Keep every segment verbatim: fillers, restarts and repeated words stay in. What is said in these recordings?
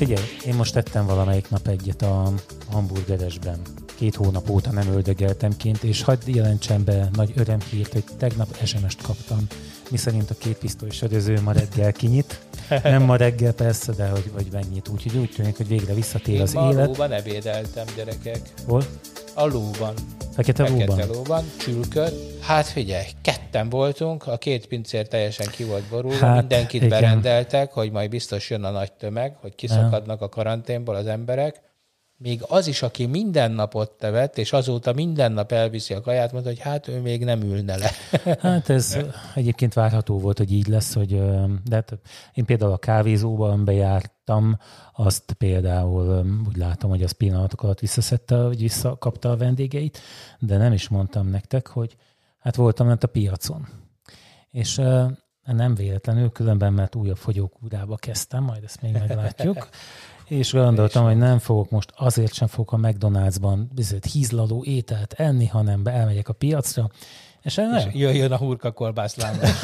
figyelj, én most tettem valamelyik nap egyet a hamburgeresben. Két hónap óta nem öldögeltem kint, és hadd jelentsem be nagy örömhírt, hogy tegnap es em est kaptam, miszerint a két pisztoly söröző ma reggel kinyit. Nem ma reggel persze, de hogy, hogy megnyit. Úgyhogy úgy tűnik, hogy végre visszatér én az ma élet. lóban ebédeltem, gyerekek. Hol? A lóban. Fekete lóban? Fekete lóban, csülkött. Hát figyelj, ketten voltunk, a két pincér teljesen ki volt borulva, hát, mindenkit igen. berendeltek, hogy majd biztos jön a nagy tömeg, hogy kiszakadnak a karanténból az emberek. Még az is, aki minden nap ott tevett, és azóta minden nap elviszi a kaját, mondta, hogy hát ő még nem ülne le. Hát ez egyébként várható volt, hogy így lesz, hogy de hát én például a kávézóban bejártam, azt például úgy látom, hogy az pillanatok alatt visszaszedte, vagy visszakapta a vendégeit, de nem is mondtam nektek, hogy hát voltam lent a piacon. És nem véletlenül, különben, mert újabb fogyókúrába kezdtem, majd ezt még meglátjuk. És gondoltam, hogy nem fogok most, azért sem fogok a McDonald'sban bizony hízlaló ételt enni, hanem be elmegyek a piacra. És, és jöjjön a hurkakolbász lángos.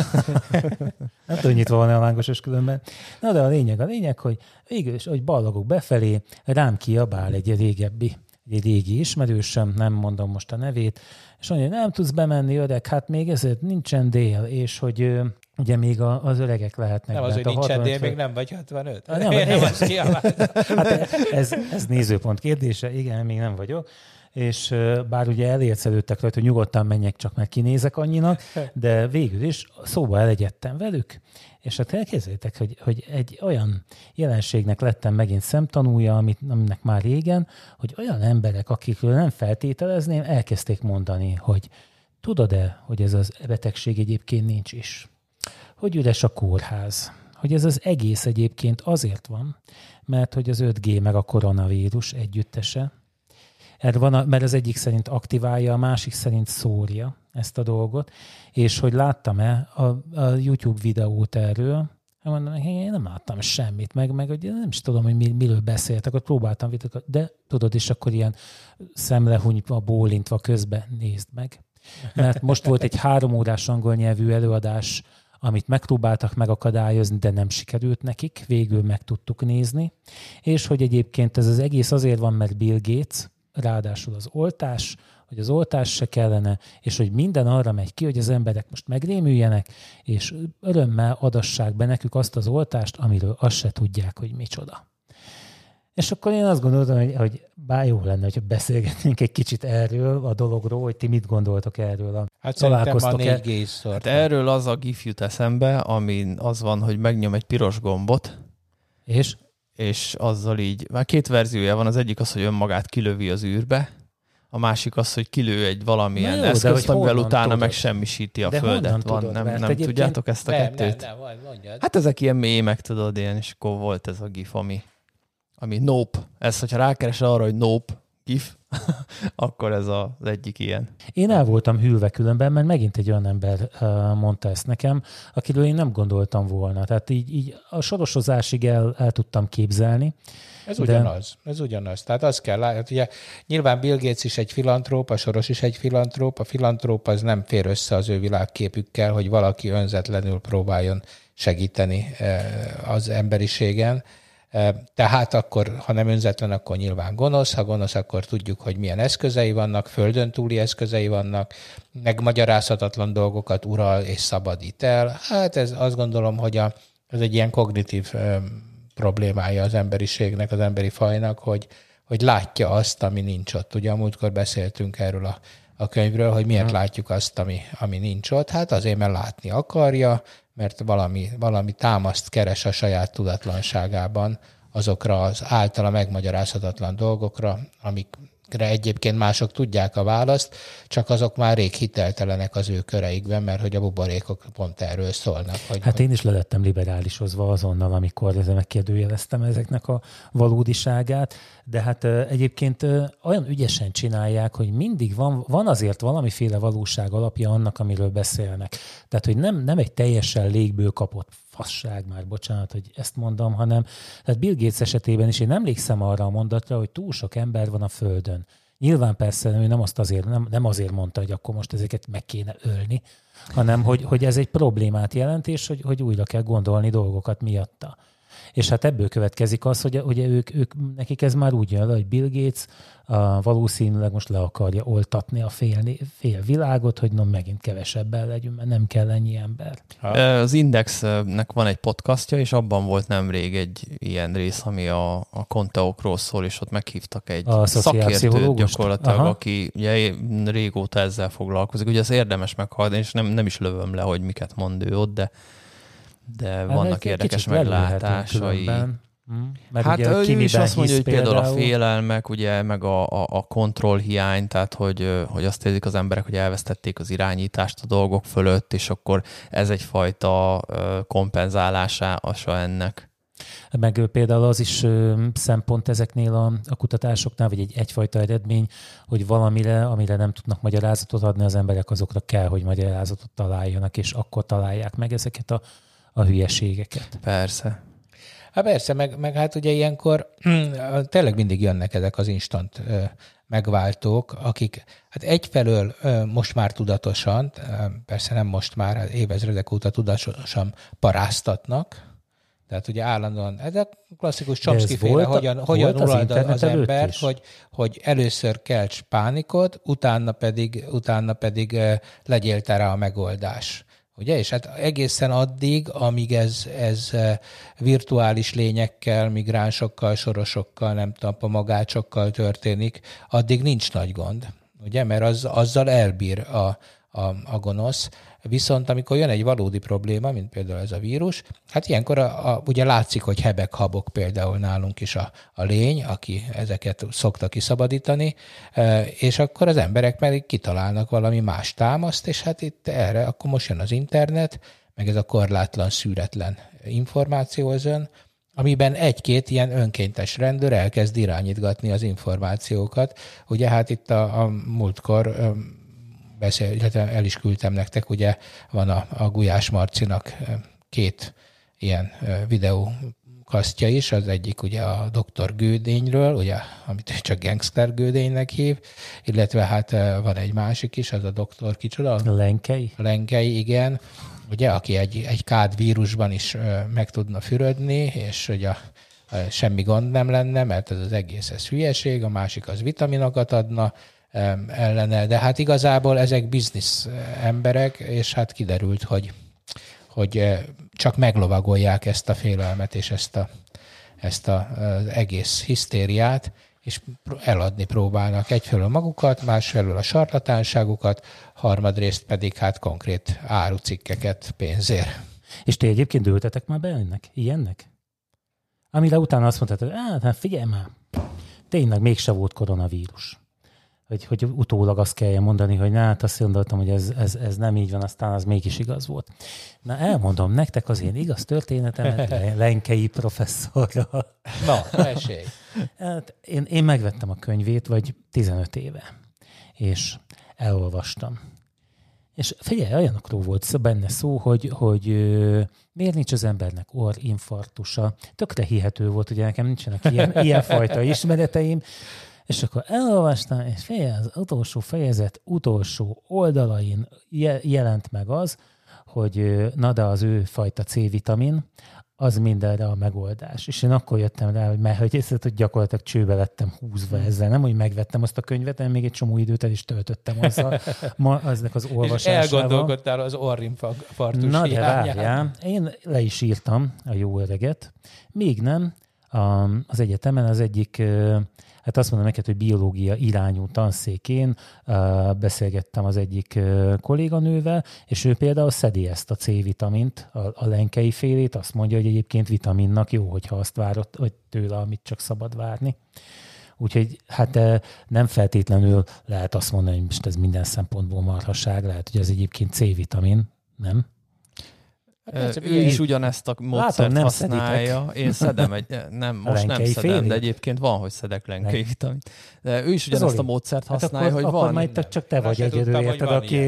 Nem tudom, nyitva van a lángosos különben. Na de a lényeg, a lényeg, hogy végül is, hogy ballagok befelé, rám kiabál egy régebbi, egy régi ismerősöm, nem mondom most a nevét, és mondja, hogy nem tudsz bemenni, öreg, hát még ezért nincsen dél, és hogy ugye még az öregek lehetnek. Nem az, hogy nincsen dél, még nem vagy hatvanöt. Ah, nem, nem az hát ez, ez nézőpont kérdése, igen, még nem vagyok. És bár ugye elérsz előttek rajta, hogy nyugodtan menjek, csak mert kinézek annyinak, de végül is szóba elegyedtem velük, és hát elképzeljétek, hogy, hogy egy olyan jelenségnek lettem megint szemtanúja, amit, aminek már régen, hogy olyan emberek, akikről nem feltételezném, elkezdték mondani, hogy tudod-e, hogy ez az betegség egyébként nincs is. Hogy üres a kórház. Hogy ez az egész egyébként azért van, mert hogy az öt G meg a koronavírus együttese, van a, mert az egyik szerint aktiválja, a másik szerint szórja ezt a dolgot, és hogy láttam-e a, a YouTube videót erről, mondom, én nem láttam semmit, meg, meg hogy nem is tudom, hogy mi, miről beszéltek, ott próbáltam videókat, de tudod, és akkor ilyen szemlehunyva, bólintva közben nézd meg. Mert most volt egy három órás angol nyelvű előadás, amit megpróbáltak megakadályozni, de nem sikerült nekik, végül meg tudtuk nézni, és hogy egyébként ez az egész azért van, mert Bill Gates, ráadásul az oltás, hogy az oltás se kellene, és hogy minden arra megy ki, hogy az emberek most megrémüljenek, és örömmel adassák be nekük azt az oltást, amiről azt se tudják, hogy micsoda. És akkor én azt gondoltam, hogy, hogy bár jó lenne, hogyha beszélgetnénk egy kicsit erről a dologról, hogy ti mit gondoltok erről. A hát szerintem a négy G is szort. Hát erről az a gif jut eszembe, amin az van, hogy megnyom egy piros gombot, és és azzal így, már két verziója van, az egyik az, hogy önmagát kilövi az űrbe, a másik az, hogy kilő egy valamilyen jó, eszközt, amivel utána tudod? Megsemmisíti a de földet. Van, tudod, nem nem tudjátok ezt a nem, kettőt? Nem, nem, mondjad. Hát ezek ilyen mémek, tudod, ilyen, és akkor volt ez a gif, ami, ami nope. Ez, hogyha rákeresel arra, hogy nope gif, akkor ez az egyik ilyen. Én el voltam hűlve különben, mert megint egy olyan ember uh, mondta ezt nekem, akiről én nem gondoltam volna. Tehát így, így a sorosozásig el, el tudtam képzelni. Ez de... ugyanaz. Ez ugyanaz. Tehát azt kell látni, ugye nyilván Bill Gates is egy filantróp, a Soros is egy filantróp. A filantróp az nem fér össze az ő világképükkel, hogy valaki önzetlenül próbáljon segíteni az emberiségen. Tehát akkor, ha nem önzetlen, akkor nyilván gonosz, ha gonosz, akkor tudjuk, hogy milyen eszközei vannak, földön túli eszközei vannak, megmagyarázhatatlan dolgokat ural és szabadít el. Hát ez azt gondolom, hogy a, ez egy ilyen kognitív ö, problémája az emberiségnek, az emberi fajnak, hogy, hogy látja azt, ami nincs ott. Ugye a múltkor beszéltünk erről a, a könyvről, hogy miért látjuk azt, ami, ami nincs ott. Hát azért, mert látni akarja, mert valami, valami támaszt keres a saját tudatlanságában azokra az általa megmagyarázhatatlan dolgokra, amikre egyébként mások tudják a választ, csak azok már rég hiteltelenek az ő köreikben, mert hogy a buborékok pont erről szólnak. Hogy, hát hogy... én is lelettem liberálisozva azonnal, amikor ezzel megkérdőjeleztem ezeknek a valódiságát, de hát egyébként olyan ügyesen csinálják, hogy mindig van, van azért valamiféle valóság alapja annak, amiről beszélnek. Tehát, hogy nem, nem egy teljesen légből kapott fasság, már bocsánat, hogy ezt mondom, hanem tehát Bill Gates esetében is én emlékszem arra a mondatra, hogy túl sok ember van a Földön. Nyilván persze ő nem, azt azért, nem, nem azért mondta, hogy akkor most ezeket meg kéne ölni, hanem hogy, hogy ez egy problémát jelent, és hogy, hogy újra kell gondolni dolgokat miatta. És hát ebből következik az, hogy ugye ők, ők, nekik ez már úgy jön le, hogy Bill Gates a, valószínűleg most le akarja oltatni a fél, fél világot, hogy no, megint kevesebben legyünk, mert nem kell ennyi ember. Ha. Az Indexnek van egy podcastja, és abban volt nemrég egy ilyen rész, ami a, a konteókról szól, és ott meghívtak egy szakértőt gyakorlatilag, Aha. aki ugye régóta ezzel foglalkozik. Ugye ez érdemes meghallgatni, és nem, nem is lövöm le, hogy miket mond ő ott, de, de hát vannak érdekes meglátásai. Hmm. Hát ő is azt mondja, hogy például a félelmek, ugye, meg a, a, a kontrollhiány, tehát hogy, hogy azt érzik az emberek, hogy elvesztették az irányítást a dolgok fölött, és akkor ez egyfajta kompenzálása ennek. Meg például az is szempont ezeknél a, a kutatásoknál, vagy egy egyfajta eredmény, hogy valamire, amire nem tudnak magyarázatot adni az emberek, azokra kell, hogy magyarázatot találjanak, és akkor találják meg ezeket a, a hülyeségeket. Persze. Hát persze, meg, meg hát ugye ilyenkor tényleg mindig jönnek ezek az instant megváltók, akik hát egyfelől most már tudatosan, persze nem most már, évezredek óta tudatosan paráztatnak, tehát ugye állandóan, ez a klasszikus Chomsky-féle, hogyan, hogyan urald az, az embert, hogy, hogy először kelts pánikot, utána pedig, utána pedig legyél te rá a megoldás. Ugye? És hát egészen addig, amíg ez, ez virtuális lényekkel, migránsokkal, sorosokkal, nem tudom, a magácsokkal történik, addig nincs nagy gond. Ugye? Mert az, azzal elbír a, a, a gonosz. Viszont amikor jön egy valódi probléma, mint például ez a vírus, hát ilyenkor a, a, ugye látszik, hogy hebek-habok például nálunk is a, a lény, aki ezeket szokta kiszabadítani, és akkor az emberek pedig kitalálnak valami más támaszt, és hát itt erre akkor most jön az internet, meg ez a korlátlan, szűretlen információzön, amiben egy-két ilyen önkényes rendőr elkezd irányítgatni az információkat. Ugye hát itt a, a múltkor beszél, illetve el is küldtem nektek, ugye van a, a Gulyás Marcinak két ilyen videókasztja is, az egyik ugye a doktor Gödényről, ugye, amit csak gangster Gödénynek hív, illetve hát van egy másik is, az a doktor kicsoda? Lenkei. Lenkei, igen, ugye, aki egy, egy kád vírusban is meg tudna fürödni, és ugye semmi gond nem lenne, mert ez az egész ez hülyeség, a másik az vitaminokat adna ellene, de hát igazából ezek biznisz emberek, és hát kiderült, hogy, hogy csak meglovagolják ezt a félelmet és ezt, a, ezt a, az egész hisztériát, és eladni próbálnak egyfelől magukat, másfelől a sarlatánságukat, harmadrészt pedig hát konkrét árucikkeket pénzért. És ti egyébként ültetek már be ennek? Ilyennek? Amire utána azt mondtad, hogy hát figyelj már, tényleg mégse volt koronavírus. Hogy, hogy utólag azt kelljen mondani, hogy na, hát azt gondoltam, hogy ez, ez, ez nem így van, aztán az mégis igaz volt. Na, elmondom nektek az én igaz történetemet Lenkei professzorral. Na, mesélj. Hát én, én megvettem a könyvét, vagy tizenöt éve, és elolvastam. És figyelj, olyanokról volt benne szó, hogy, hogy miért nincs az embernek orrinfarktusa. Tökre hihető volt, ugye nekem nincsenek ilyen, ilyenfajta ismereteim. És akkor elolvastam, és figyelj, az utolsó fejezet utolsó oldalain jelent meg az, hogy na de az ő fajta C-vitamin, az mindenre a megoldás. És én akkor jöttem rá, hogy, mert, hogy, ezt, hogy gyakorlatilag csőbe lettem húzva ezzel, nem, hogy megvettem azt a könyvet, hanem még egy csomó időt el is töltöttem azzal, ma, aznak az olvasásával. És elgondolkodtál az orrinfarktus Na de várjál, én le is írtam a jó öreget, még nem, az egyetemen az egyik, hát azt mondom neked, hogy biológia irányú tanszékén beszélgettem az egyik kolléganővel, és ő például szedi ezt a C-vitamint, a, a lenkei félét, azt mondja, hogy egyébként vitaminnak jó, hogyha azt várod hogy tőle, amit csak szabad várni. Úgyhogy hát nem feltétlenül lehet azt mondani, hogy most ez minden szempontból marhaság, lehet, hogy ez egyébként C-vitamin, nem? Hát, ő ilyen... is ugyanezt a módszert Látom, nem használja. Szeditek. Én szedem egy, nem, most nem szedem, félét? De egyébként van, hogy szedek lenkei vitamint. De ő is ugyanezt a módszert használja, hát akkor, hogy akkor van. Akkor majd csak te vagy egyedül, érted, aki...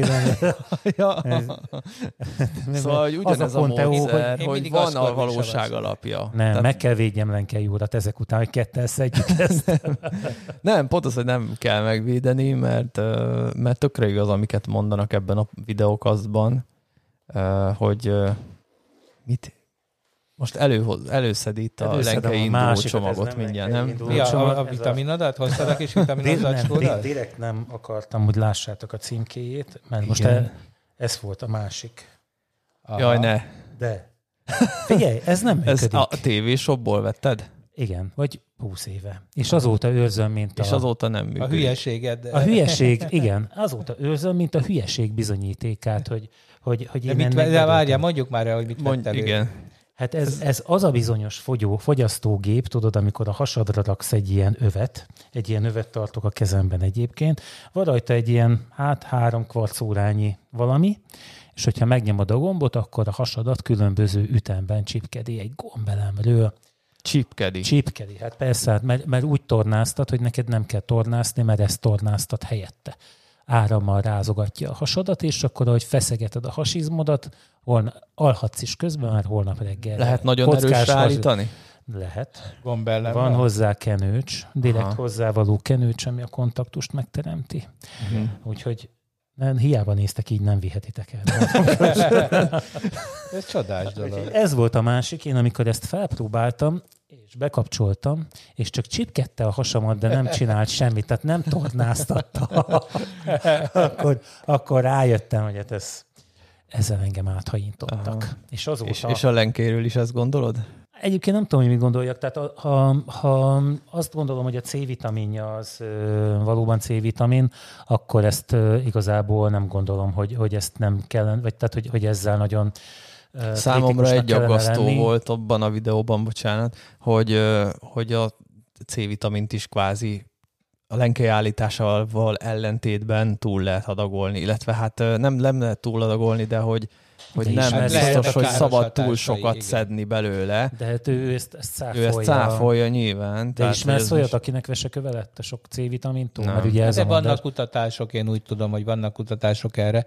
Szóval, hogy ugyanez a, a módszer, hogy, hogy van a valóság alapja. Nem, Tehát... meg kell védjem lenkei urat ezek után, hogy kettel szedjük ezt. Nem, pont az, hogy nem kell megvédeni, mert, mert tökre igaz, amiket mondanak ebben a videókazban, hogy mit? Most elő, előszedi itt a lenkei induló csomagot mindjárt, nem? Mi a, a, a vitaminodat? Hoztad a kis vitaminodat? Direkt nem akartam, hogy lássátok a címkéjét, mert most el, ez volt a másik. Aha. Jaj, ne. De. Figyelj, ez nem működik. Ez a tévésopból vetted? Igen, vagy húsz éve. És azóta őrzöm, mint a... És azóta nem működik. A hülyeséged. A hülyeség, igen. Azóta őrzöm, mint a hülyeség bizonyítékát, hogy, hogy, hogy én de mit, de várjál, mondjuk már el, hogy mit Mondj, vettel. Igen. Hát ez, ez az a bizonyos fogyó, fogyasztógép, tudod, amikor a hasadra raksz egy ilyen övet, egy ilyen övet tartok a kezemben egyébként, van rajta egy ilyen, hát három kvarcórányi valami, és hogyha megnyomod a gombot, akkor a hasadat különböző ütemben csipkedi egy gombelemről. Csipkedi. Csipkedi, hát persze, hát mert, mert úgy tornáztat, hogy neked nem kell tornázni, mert ezt tornáztat helyette. Árammal rázogatja a hasadat, és akkor, ahogy feszegeted a hasizmodat, holna, alhatsz is közben, már holnap reggel. Lehet nagyon erősre állítani? Lehet. Gombellem van hozzá kenőcs, direkt Aha. hozzávaló kenőcs, ami a kontaktust megteremti. Uh-huh. Úgyhogy nem, hiába néztek, így nem vihetitek el. Ez csodás dolog. Ez volt a másik, én amikor ezt felpróbáltam, és bekapcsoltam, és csak csipkedte a hasamat, de nem csinált semmit, tehát nem tornáztatta. akkor, akkor rájöttem, hogy hát ez, ezzel engem áthajintottak. És, azóta... és, és a lenkéről is ezt gondolod? Egyébként nem tudom, hogy mit gondoljak. Tehát a, ha, ha azt gondolom, hogy a C-vitaminja az ö, valóban C-vitamin, akkor ezt ö, igazából nem gondolom, hogy, hogy ezt nem kellene, vagy tehát, hogy, hogy ezzel nagyon ö, Számomra egy aggasztó volt abban a videóban, bocsánat, hogy, ö, hogy a C-vitamint is kvázi a lenkei állításával ellentétben túl lehet adagolni, illetve hát nem, nem lehet túl adagolni, de hogy hogy de nem biztos, hogy szabad túl sokat igen. szedni belőle. De hát ő ezt, ezt cáfolja. Ő ezt cáfolja nyilván. De ismersz olyat, is... akinek veseköve lett a sok C-vitamintól? Mert ugye ez de vannak mondat... kutatások, én úgy tudom, hogy vannak kutatások erre.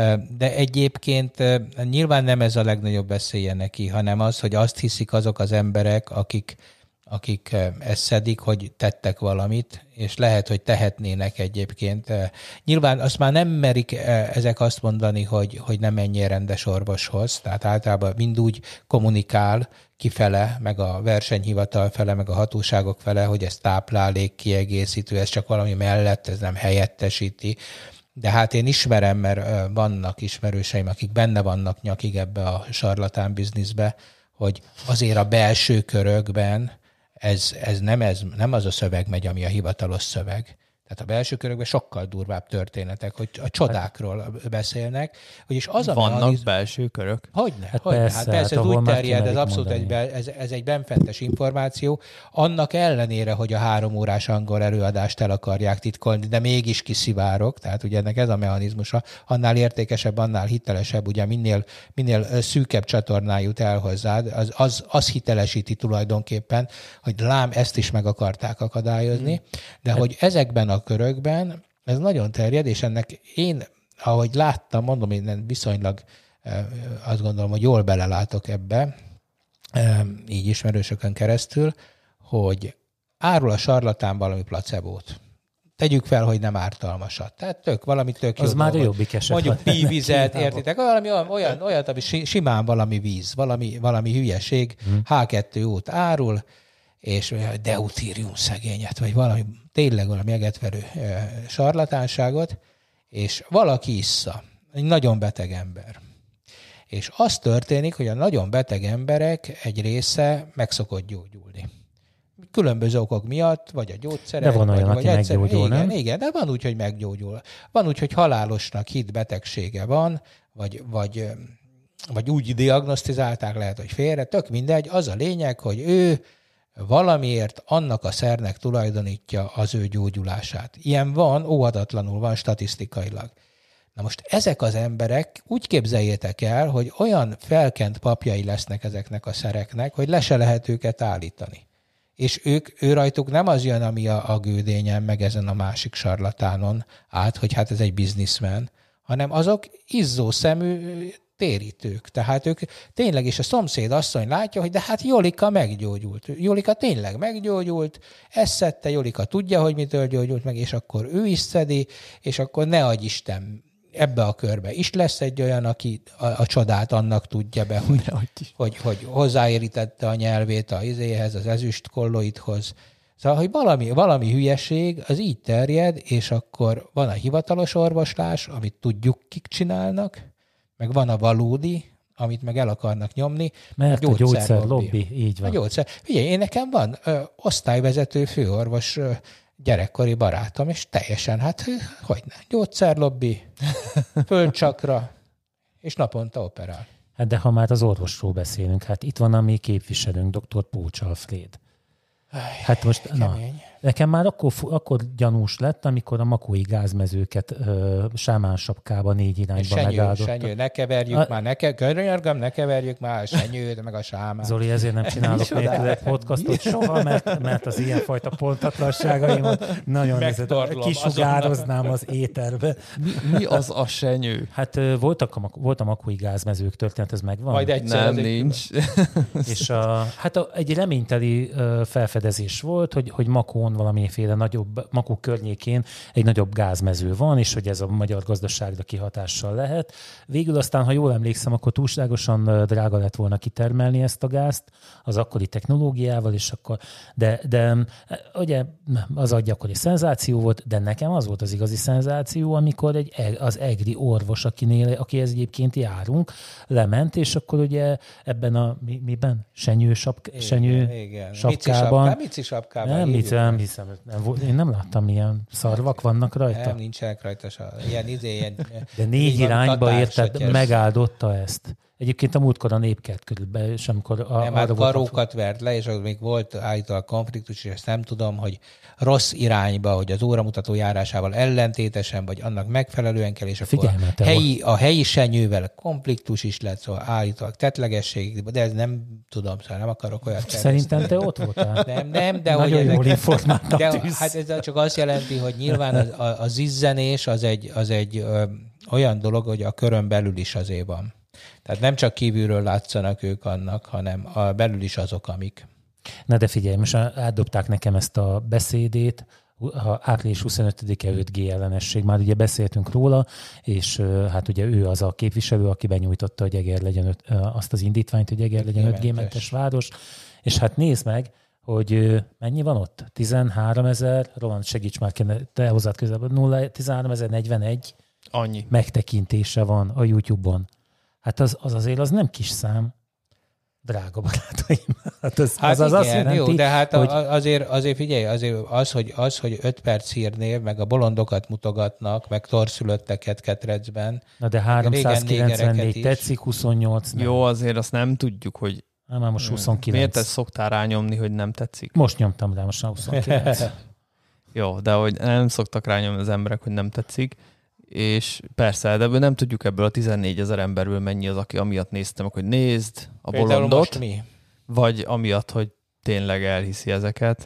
De egyébként nyilván nem ez a legnagyobb veszélye neki, hanem az, hogy azt hiszik azok az emberek, akik akik ezt szedik, hogy tettek valamit, és lehet, hogy tehetnének egyébként. Nyilván azt már nem merik ezek azt mondani, hogy, hogy nem menjél rendes orvoshoz, tehát általában mind úgy kommunikál kifele, meg a versenyhivatal fele, meg a hatóságok fele, hogy ez táplálék, kiegészítő, ez csak valami mellett, ez nem helyettesíti. De hát én ismerem, mert vannak ismerőseim, akik benne vannak nyakig ebbe a sarlatán bizniszbe, hogy azért a belső körökben Ez, ez, nem, ez nem az a szöveg megy, ami a hivatalos szöveg. Tehát a belső körökben sokkal durvább történetek, hogy a csodákról beszélnek. Vagyis az a vannak mechanizm... belső körök? Hogyne, hát hogyne. Persze, hát persze hát ez úgy terjed, ez abszolút egy, be, ez, ez egy benfentes információ. Annak ellenére, hogy a három órás angol előadást el akarják titkolni, de mégis kiszivárok, tehát ugye ennek ez a mechanizmusa, annál értékesebb, annál hitelesebb, ugye minél, minél szűkebb csatornán jut el hozzád, az, az, az hitelesíti tulajdonképpen, hogy lám, ezt is meg akarták akadályozni, hmm. de hogy ezekben a körökben ez nagyon terjed, és ennek én, ahogy láttam, mondom, én viszonylag azt gondolom, hogy jól belelátok ebbe, így ismerősökön keresztül, hogy árul a sarlatán valami placebót. Tegyük fel, hogy nem ártalmasat. Tehát tök, valami tök az már jobbik eset. Mondjuk pívizet, értitek? Valami olyan, olyan, olyat, ami simán valami víz, valami, valami hülyeség, hmm. há kettő ót árul, és deutérium szegényet, vagy valami, tényleg valami egetverő sarlatánságot, és valaki issza, egy nagyon beteg ember. És az történik, hogy a nagyon beteg emberek egy része meg szokott gyógyulni. Különböző okok miatt, vagy a gyógyszerek, de van olyan, vagy, aki vagy egyszer, meggyógyul, igen, nem? Igen, de van úgy, hogy meggyógyul. Van úgy, hogy halálosnak hit betegsége van, vagy, vagy, vagy úgy diagnosztizálták, lehet, hogy félre, tök mindegy. Az a lényeg, hogy ő valamiért annak a szernek tulajdonítja az ő gyógyulását. Ilyen van, óhatatlanul van statisztikailag. Na most ezek az emberek, úgy képzeljétek el, hogy olyan felkent papjai lesznek ezeknek a szereknek, hogy le se lehet őket állítani. És ők, ő rajtuk nem az jön, ami a, a gődényen, meg ezen a másik sarlatánon át, hogy hát ez egy bizniszmen, hanem azok izzó szemű térítők. Tehát ők tényleg is a szomszéd asszony látja, hogy de hát Jolika meggyógyult. Jolika tényleg meggyógyult, ezt szedte, Jolika tudja, hogy mitől gyógyult meg, és akkor ő is szedi, és akkor ne adj Isten, ebbe a körbe is lesz egy olyan, aki a, a csodát annak tudja be, hogy, hogy, hogy hozzáérítette a nyelvét a izéhez, az ezüst kolloidhoz. Szóval, hogy valami, valami hülyeség, az így terjed, és akkor van a hivatalos orvoslás, amit tudjuk, kik csinálnak, meg van a valódi, amit meg el akarnak nyomni. Mert a gyógyszer, a gyógyszer lobby, így van. A gyógyszer. Figyelj, én nekem van ö, osztályvezető főorvos ö, gyerekkori barátom, és teljesen, hát hogyne, gyógyszerlobbi, földcsakra, és naponta operál. Hát de ha már az orvosról beszélünk, hát itt van a mi képviselőnk, doktor Pócs Alfréd. Hát most, na, nekem már akkor, akkor gyanús lett, amikor a makói gázmezőket ö, sámánsapkába négy irányba senyő, megáldotta. Senyő, ne keverjük a... már, ne, ke... Környörgöm, ne keverjük már a senyőt, meg a sámát. Zoli, ezért nem csinálok nélkül egy podcastot soha, mert, mert az ilyenfajta pontatlanságaimat nagyon kisugároznám az éterbe. Mi, mi az a senyő? Hát voltak a, volt a makói gázmezők történet, ez megvan? Majd egyszer nem, nincs. És a, hát a, egy reményteli felfedezés volt, hogy, hogy Makón valamiféle nagyobb, Makó környékén egy nagyobb gázmező van, és hogy ez a magyar gazdaságra kihatással lehet. Végül aztán, ha jól emlékszem, akkor túlságosan drága lett volna kitermelni ezt a gázt az akkori technológiával, és akkor, de, de ugye az a gyakori szenzáció volt, de nekem az volt az igazi szenzáció, amikor egy, az egri orvos, akinél, akihez egyébként járunk, lement, és akkor ugye ebben a, mi, miben? Senyő, sapk, igen, senyő igen. sapkában. Mici sapkában. Nem, mici, nem hiszem. Nem, én nem láttam, milyen szarvak vannak rajta. Nem, nincsenek rajta. Ilyen, izé, ilyen, de négy irányba érted, megáldotta ezt. Egyébként a múltkor a Népkert körülbelül, és amikor... A, nem, hát karókat vert le, és az még volt állítólag konfliktus, és ezt nem tudom, hogy rossz irányba, hogy az óramutató járásával ellentétesen, vagy annak megfelelően kell, és akkor a helyi, a helyi senyővel konfliktus is lett, szóval állítólag tettlegesség, de ez nem tudom, szóval nem akarok olyat tervezni. Szerintem te ott voltál. Nem, nem, de nagyon hogy jól informált de, hát ez csak azt jelenti, hogy nyilván az, a, a zizzenés az egy, az egy ö, olyan dolog, hogy a körön belül is azért van. Tehát nem csak kívülről látszanak ők annak, hanem a belül is azok, amik. Na de figyelj, most átdobták nekem ezt a beszédét, április huszonötödike öt G ellenesség, már ugye beszéltünk róla, és hát ugye ő az a képviselő, aki benyújtotta, hogy Eger legyen öt, azt az indítványt, hogy Eger legyen öt G-mentes város, és hát nézd meg, hogy mennyi van ott? tizenháromezer, Roland, segíts már, te hozzád közelben, tizenháromezer-negyvenegy annyi megtekintése van a YouTube-on. Hát az, az azért az nem kis szám, drága barátaim. Hát az, hát az, az igen, azt jelenti, jó, de hát hogy... azért, azért figyelj, azért az, hogy, az, hogy öt perc hírnév, meg a bolondokat mutogatnak, meg torszülötteket ketrecben. Na de háromszázkilencvennégy tetszik, huszonnyolc nem. Jó, azért azt nem tudjuk, hogy nem, már most huszonkilenc. Miért ezt szoktál rányomni, hogy nem tetszik? Most nyomtam rá, most már huszonkilenc. Jó, de hogy nem szoktak rányomni az emberek, hogy nem tetszik. És persze, de ebből nem tudjuk ebből a tizennégyezer emberből mennyi az, aki amiatt néztem, hogy nézd a Például bolondot, mi? vagy amiatt, hogy tényleg elhiszi ezeket.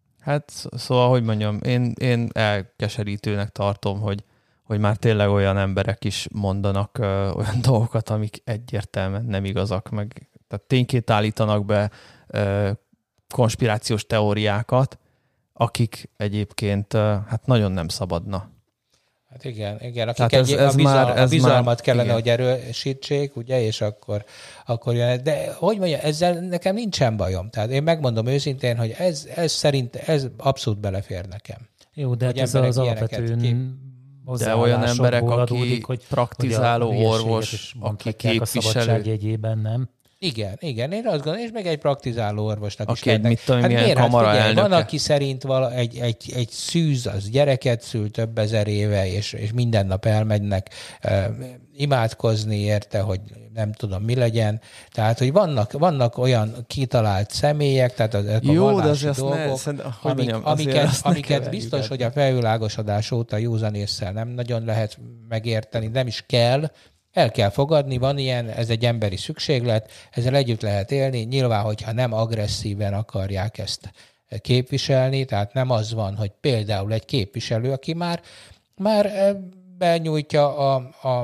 Hát szóval, hogy mondjam, én, én elkeserítőnek tartom, hogy, hogy már tényleg olyan emberek is mondanak ö, olyan dolgokat, amik egyértelműen nem igazak, meg tehát tényként állítanak be ö, konspirációs teóriákat, akik egyébként ö, hát nagyon nem szabadna. Hát igen, igen. Akik ez, egy, ez a, bizal, már, ez a bizalmat már, kellene, igen. hogy erősítsék, ugye, és akkor, akkor jön. De hogy mondja, ezzel nekem nincsen bajom. Tehát én megmondom őszintén, hogy ez, ez szerint ez abszolút belefér nekem. Jó, de hát ez az alapvetően de olyan emberek, aki adódik, hogy, praktizáló hogy orvos, aki képviselő. A szabadság jegyében, nem? Igen, igen, én azt gondolom, és meg egy praktizáló orvosnak aki is lehetnek. Mit tudom, hát milyen miért? kamara Hát figyelj, van, elnöke. aki szerint vala, egy, egy, egy szűz, az gyereket szül több ezer éve, és, és minden nap elmennek uh, imádkozni érte, hogy nem tudom, mi legyen. Tehát, hogy vannak, vannak olyan kitalált személyek, tehát az, a Jó, vallási de dolgok, ne, szerint, amik, mondjam, amiket, amiket biztos, hogy a felvilágosodás óta józanésszel nem nagyon lehet megérteni, nem is kell. El kell fogadni, van ilyen, ez egy emberi szükséglet, ezzel együtt lehet élni. Nyilván, hogyha nem agresszíven akarják ezt képviselni, tehát nem az van, hogy például egy képviselő, aki már, már benyújtja a, a,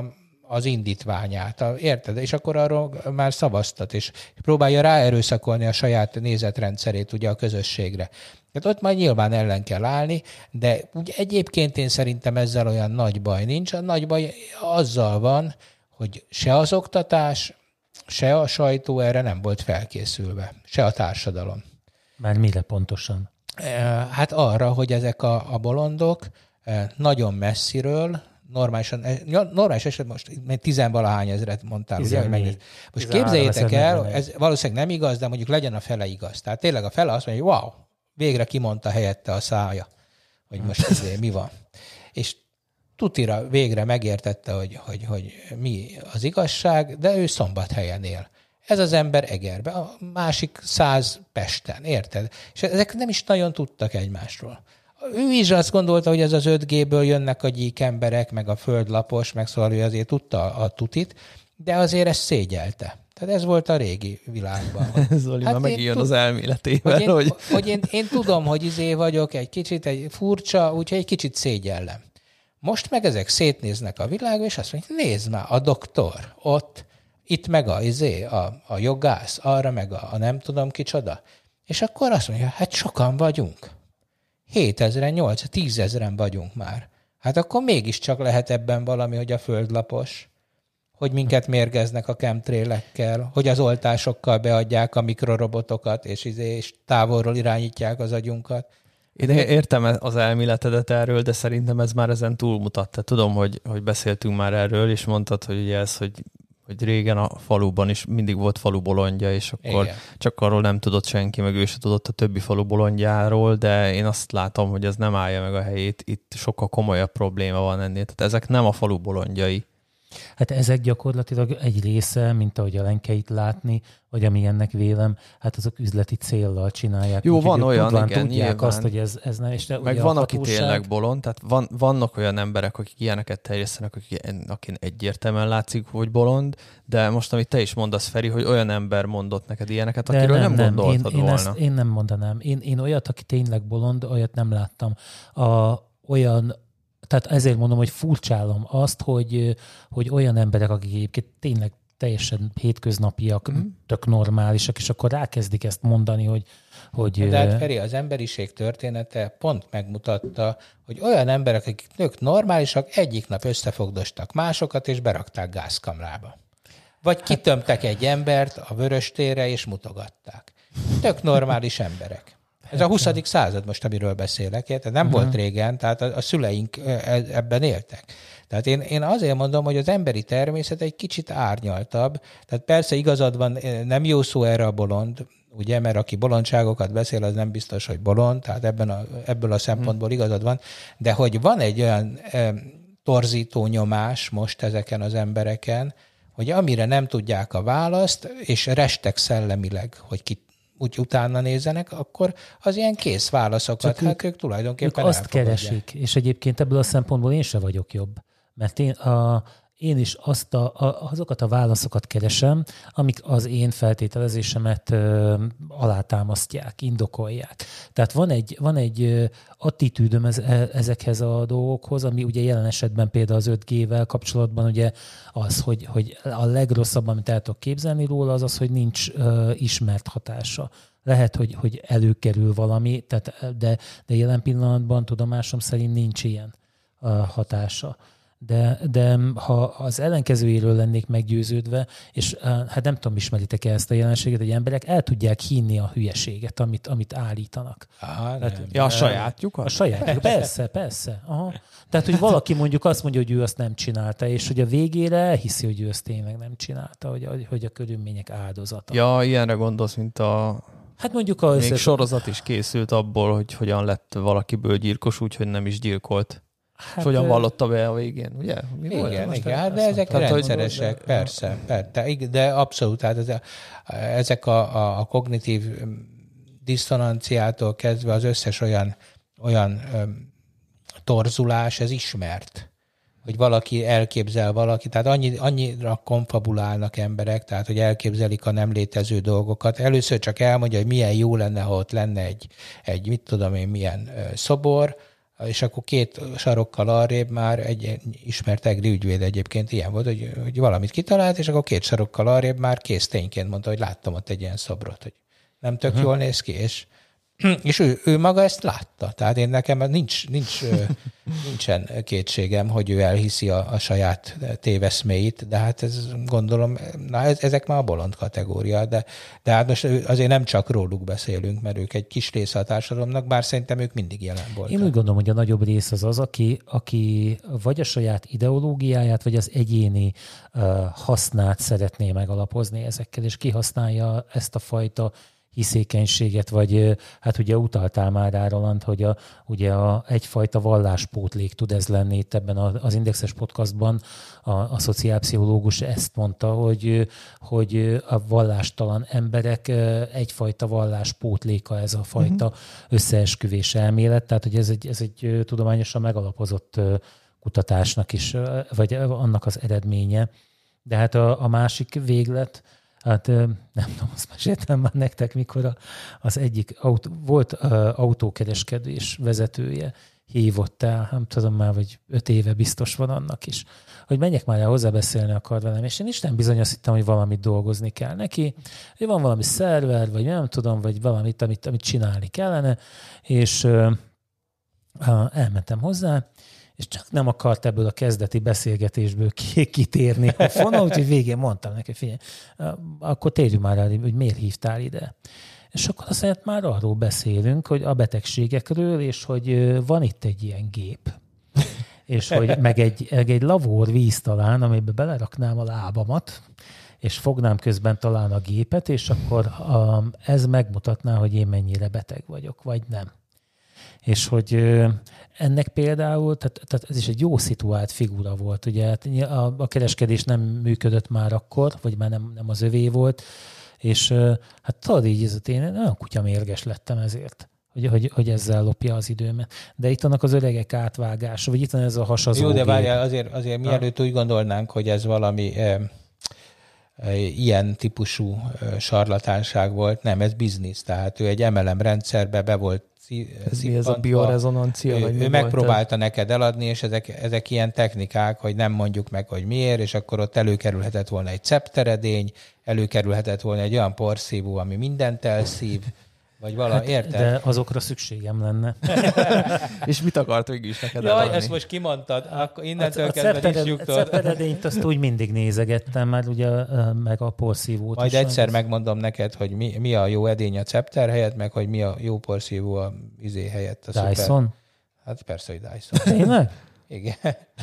az indítványát, érted? És akkor arról már szavaztat, és próbálja ráerőszakolni a saját nézetrendszerét ugye a közösségre. Tehát ott majd nyilván ellen kell állni, de úgy egyébként én szerintem ezzel olyan nagy baj nincs. A nagy baj azzal van, hogy se az oktatás, se a sajtó erre nem volt felkészülve, se a társadalom. Már mire pontosan? Hát arra, hogy ezek a, a bolondok nagyon messziről, normálisan, normális esetben most tizenvalahány ezret mondtál, ugye? Meg, most képzeljétek el, ez valószínűleg nem igaz, de mondjuk legyen a fele igaz. Tehát tényleg a fele azt mondja, hogy wow, végre kimondta helyette a szája, hogy most ezért mi van. És tutira végre megértette, hogy, hogy, hogy mi az igazság, de ő Szombathelyen él. Ez az ember Egerbe, a másik száz Pesten, érted? És ezek nem is nagyon tudtak egymásról. Ő is azt gondolta, hogy ez az öt G-ből jönnek a gyík emberek, meg a földlapos, meg szóval ő azért tudta a tutit, de azért ezt szégyelte. Tehát ez volt a régi világban. Zoli hát már megijön az elméletével. Hogy, én, hogy... hogy én, én tudom, hogy izé vagyok, egy kicsit egy furcsa, úgyhogy egy kicsit szégyellem. Most meg ezek szétnéznek a világon, és azt mondják, nézd már, a doktor ott, itt meg a, izé, a, a jogász, arra meg a, a nem tudom kicsoda. És akkor azt mondja, hát sokan vagyunk. hétezren, nyolc, tízezren vagyunk már. Hát akkor mégiscsak lehet ebben valami, hogy a földlapos, hogy minket mérgeznek a chemtrailekkel, hogy az oltásokkal beadják a mikrorobotokat, és, izé, és távolról irányítják az agyunkat. Én értem az elméletedet erről, de szerintem ez már ezen túlmutat. Tehát tudom, hogy, hogy beszéltünk már erről, és mondtad, hogy ugye ez, hogy, hogy régen a faluban is mindig volt falu bolondja, és akkor igen. Csak arról nem tudott senki, meg ő se tudott a többi falu bolondjáról, de én azt látom, hogy ez nem állja meg a helyét. Itt sokkal komolyabb probléma van ennél. Tehát ezek nem a falu bolondjai. Hát ezek gyakorlatilag egy része, mint ahogy a lenkeit látni, vagy ami ennek vélem, hát azok üzleti céllal csinálják. Jó, van olyan, tudván, igen, tudják nyilván. azt, hogy ez, ez nem. És meg van, hatóság... aki tényleg bolond, tehát van, vannak olyan emberek, akik ilyeneket terjesztenek, akik, akin egyértelműen látszik, hogy bolond, de most, amit te is mondasz, Feri, hogy olyan ember mondott neked ilyeneket, de akiről nem, nem gondoltad én, én volna. Ezt, én nem mondanám. Én, én olyat, aki tényleg bolond, olyat nem láttam. A, olyan Tehát ezért mondom, hogy furcsálom azt, hogy, hogy olyan emberek, akik egyébként tényleg teljesen hétköznapiak, mm. tök normálisak, és akkor rákezdik ezt mondani, hogy... hogy de hát Feri, az emberiség története pont megmutatta, hogy olyan emberek, akik nők normálisak, egyik nap összefogdostak másokat, és berakták gázkamrába. Vagy kitömtek egy embert a Vöröstérre, és mutogatták. Tök normális emberek. Ez a huszadik század most, amiről beszélek, érted? Nem uh-huh. volt régen, tehát a, a szüleink ebben éltek. Tehát én, én azért mondom, hogy az emberi természet egy kicsit árnyaltabb. Tehát persze igazad van, nem jó szó erre a bolond, ugye, mert aki bolondságokat beszél, az nem biztos, hogy bolond, tehát ebben a, ebből a szempontból igazad van, de hogy van egy olyan e, torzító nyomás most ezeken az embereken, hogy amire nem tudják a választ, és restek szellemileg, hogy ki úgy utána nézzenek, akkor az ilyen kész válaszokat, hát ők, ők tulajdonképpen ők azt keresik, és egyébként ebből a szempontból én se vagyok jobb. Mert én, a, én is azt a, a, azokat a válaszokat keresem, amik az én feltételezésemet ö, alátámasztják, indokolják. Tehát van egy, van egy attitűdöm ez, ezekhez a dolgokhoz, ami ugye jelen esetben például az öt G-vel kapcsolatban ugye az, hogy, hogy a legrosszabb, amit el tudok képzelni róla, az az, hogy nincs ö, ismert hatása. Lehet, hogy, hogy előkerül valami, tehát, de, de jelen pillanatban tudomásom szerint nincs ilyen ö, hatása. De, de ha az ellenkezőjéről lennék meggyőződve, és hát nem tudom, ismeritek-e ezt a jelenséget, hogy emberek el tudják hinni a hülyeséget, amit, amit állítanak. Aha, hát, ja, a sajátjukat? A sajátjukat, persze, persze. Aha. Tehát, hogy valaki mondjuk azt mondja, hogy ő azt nem csinálta, és hogy a végére elhiszi, hogy ő azt tényleg nem csinálta, hogy, hogy a körülmények áldozata. Ja, ilyenre gondolsz, mint a... Hát mondjuk a... Még összes... sorozat is készült abból, hogy hogyan lett valakiből gyilkos, úgyhogy nem is gyilkolt. Hát, és hogyan vallotta be a végén, ugye? Mi igen, igen, igen. Hát, de ezek tehát, rendszeresek, hogy... persze, persze, de abszolút, hát ez a, ezek a, a, a kognitív diszonanciától kezdve az összes olyan, olyan um, torzulás, ez ismert, hogy valaki elképzel valaki, tehát annyi, annyira konfabulálnak emberek, tehát hogy elképzelik a nem létező dolgokat. Először csak elmondja, hogy milyen jó lenne, ha ott lenne egy, egy mit tudom én, milyen uh, szobor, és akkor két sarokkal arrébb már egy ismert egri ügyvéd egyébként ilyen volt, hogy, hogy valamit kitalált, és akkor két sarokkal arrébb már kész tényként mondta, hogy láttam ott egy ilyen szobrot, hogy nem tök uh-huh. jól néz ki, és, és ő, ő maga ezt látta. Tehát én nekem nincs, nincs, nincsen kétségem, hogy ő elhiszi a, a saját téveszméit, de hát ez gondolom, na ez, ezek már a bolond kategória, de, de hát most azért nem csak róluk beszélünk, mert ők egy kis része a társadalomnak, bár szerintem ők mindig jelen voltak. Én úgy gondolom, hogy a nagyobb rész az az, aki, aki vagy a saját ideológiáját, vagy az egyéni uh, hasznát szeretné megalapozni ezekkel, és kihasználja ezt a fajta hiszékenységet, vagy hát ugye utaltál már rá, Roland, hogy a, ugye a, egyfajta valláspótlék tud ez lenni. Itt ebben az Indexes podcastban a, a szociálpszichológus ezt mondta, hogy, hogy a vallástalan emberek egyfajta valláspótléka ez a fajta uh-huh. összeesküvés elmélet, tehát hogy ez egy, ez egy tudományosan megalapozott kutatásnak is, vagy annak az eredménye. De hát a, a másik véglet, hát nem tudom, azt meséltem már nektek, mikor az egyik autó, volt autókereskedés vezetője, hívott el, nem tudom már, vagy öt éve biztos van annak is, hogy menjek már el hozzá beszélni akar velem, és én Isten bizony azt hittem, hogy valamit dolgozni kell neki, hogy van valami szerver, vagy nem tudom, vagy valamit, amit, amit csinálni kellene, és uh, elmentem hozzá, és csak nem akart ebből a kezdeti beszélgetésből kitérni a fonal, úgyhogy végén mondtam neki, figyelj, akkor térjünk már el, hogy miért hívtál ide. És akkor azt mondja, már arról beszélünk, hogy a betegségekről, és hogy van itt egy ilyen gép. És hogy meg egy, egy lavór víz talán, amiben beleraknám a lábamat, és fognám közben talán a gépet, és akkor a, ez megmutatná, hogy én mennyire beteg vagyok, vagy nem. És hogy ennek például, tehát, tehát ez is egy jó szituált figura volt. Ugye a, a kereskedés nem működött már akkor, vagy már nem, nem az övé volt, és hát tudod így, ez én nagyon kutyamérges lettem ezért, hogy, hogy, hogy ezzel lopja az időmet. De itt vannak az öregek átvágása, vagy itt van ez a hasazó Jó, de várjál, azért, azért mielőtt úgy gondolnánk, hogy ez valami e, e, ilyen típusú e, sarlatánság volt, nem, ez biznisz. Tehát ő egy em el em rendszerbe be volt Ez mi ez a biorezonancia? Ő, vagy ő megpróbálta ez? neked eladni, és ezek, ezek ilyen technikák, hogy nem mondjuk meg, hogy miért, és akkor ott előkerülhetett volna egy cepteredény, előkerülhetett volna egy olyan porszívó, ami mindent elszív, vagy valami, hát, érted? De azokra szükségem lenne. És mit akart végül is neked Jaj, eladni? ezt most kimondtad, akkor innentől a, a kezdve is nyugtod. A cepteredényt azt úgy mindig nézegettem, mert ugye meg a porszívót Majd is. egyszer megmondom neked, hogy mi, mi a jó edény a cepter helyett, meg hogy mi a jó porszívó a izé helyett. A Dyson? szuper. Hát persze, hogy Dyson. Tényleg? Igen.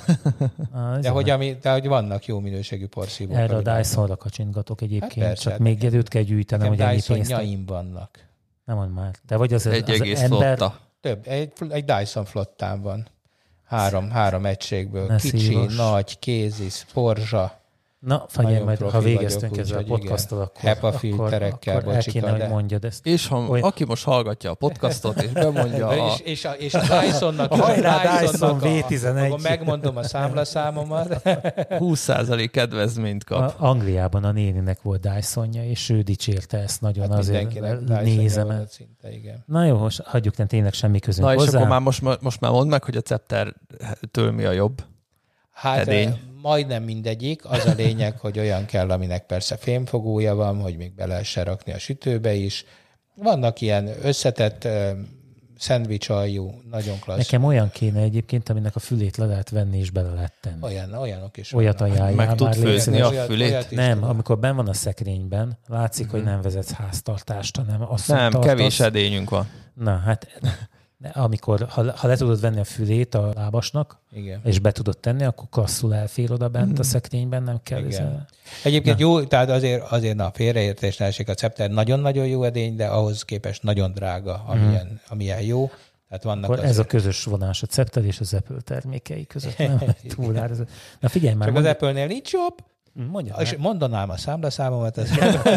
Ah, de, hogy ami, de hogy vannak jó minőségű porszívók. Erre a Dysonra kacsintgatok egyébként, hát persze, csak még nekem, előtt kell gyűjtenem, hogy ennyi pénzt. Dyson-nyaim vannak. Nem mond már. De vagy az, egy az egész ember... flotta. Több. Egy, egy Dyson flottán van. Három, három egységből. Ne Kicsi, szívos. nagy, kézis, porzsa. Na, figyelj, majd ha végeztünk ezzel a podcastot, akkor, HEPA filterekkel, akkor el kéne, hogy mondjad ezt. És ha Olyan... aki most hallgatja a podcastot, és bemondja a... És, és, a, és a Dysonnak, a a Dyson vé tizenegy. Akkor megmondom a számlaszámomat. húsz százalék kedvezményt kap. A Angliában a néninek volt Dysonja, és ő dicsérte ezt nagyon, hát azért nézem el. Szinte, igen. Na jó, most hagyjuk, nem tényleg semmi közünk Na hozzá. és akkor már most, most már mondd meg, hogy a Ceptertől mi a jobb hát, edény. Majdnem mindegyik. Az a lényeg, hogy olyan kell, aminek persze fémfogója van, hogy még be lehessen rakni a sütőbe is. Vannak ilyen összetett uh, szendvics aljú, nagyon klassz. Nekem olyan kéne egyébként, aminek a fülét le lehet venni és bele lehet tenni. Olyan, olyanok is Olyat ajánljál. Meg tud főzni a olyat, fülét? olyat Nem, tudom. amikor benn van a szekrényben, látszik, uh-huh. hogy nem vezetsz háztartást, hanem azt Nem, tartasz. kevés edényünk van. Na, hát amikor, ha, ha le tudod venni a fülét a lábasnak, igen. és be tudod tenni, akkor klasszul elfér oda bent a szekrényben, nem kell. Igen. Egyébként na. Jó, tehát azért, azért na, félreértés ne esik, a Cepter nagyon-nagyon jó edény, de ahhoz képest nagyon drága, amilyen, mm. amilyen jó. Tehát vannak akkor azért... ez a közös vonás a Cepter és az Apple termékei között. Nem? Túl árazat. Na figyelj már. Csak mondj... az Apple-nél nincs jobb. Mondjad és mondanám a számlaszámomat. Ez...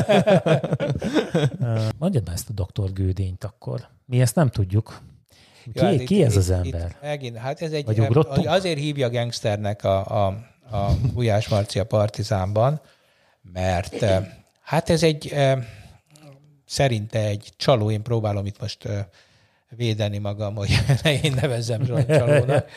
Mondjad már ezt a doktor Gődényt akkor. Mi ezt nem tudjuk. Ki, ja, ki itt, ez az itt, ember? Itt megint, hát ez egy, Vagy azért hívja gangsternek a, a, a Gulyás Marci a Partizánban, mert hát ez egy szerinte egy csaló, én próbálom itt most védeni magam, hogy ne én nevezzem roncsalónak,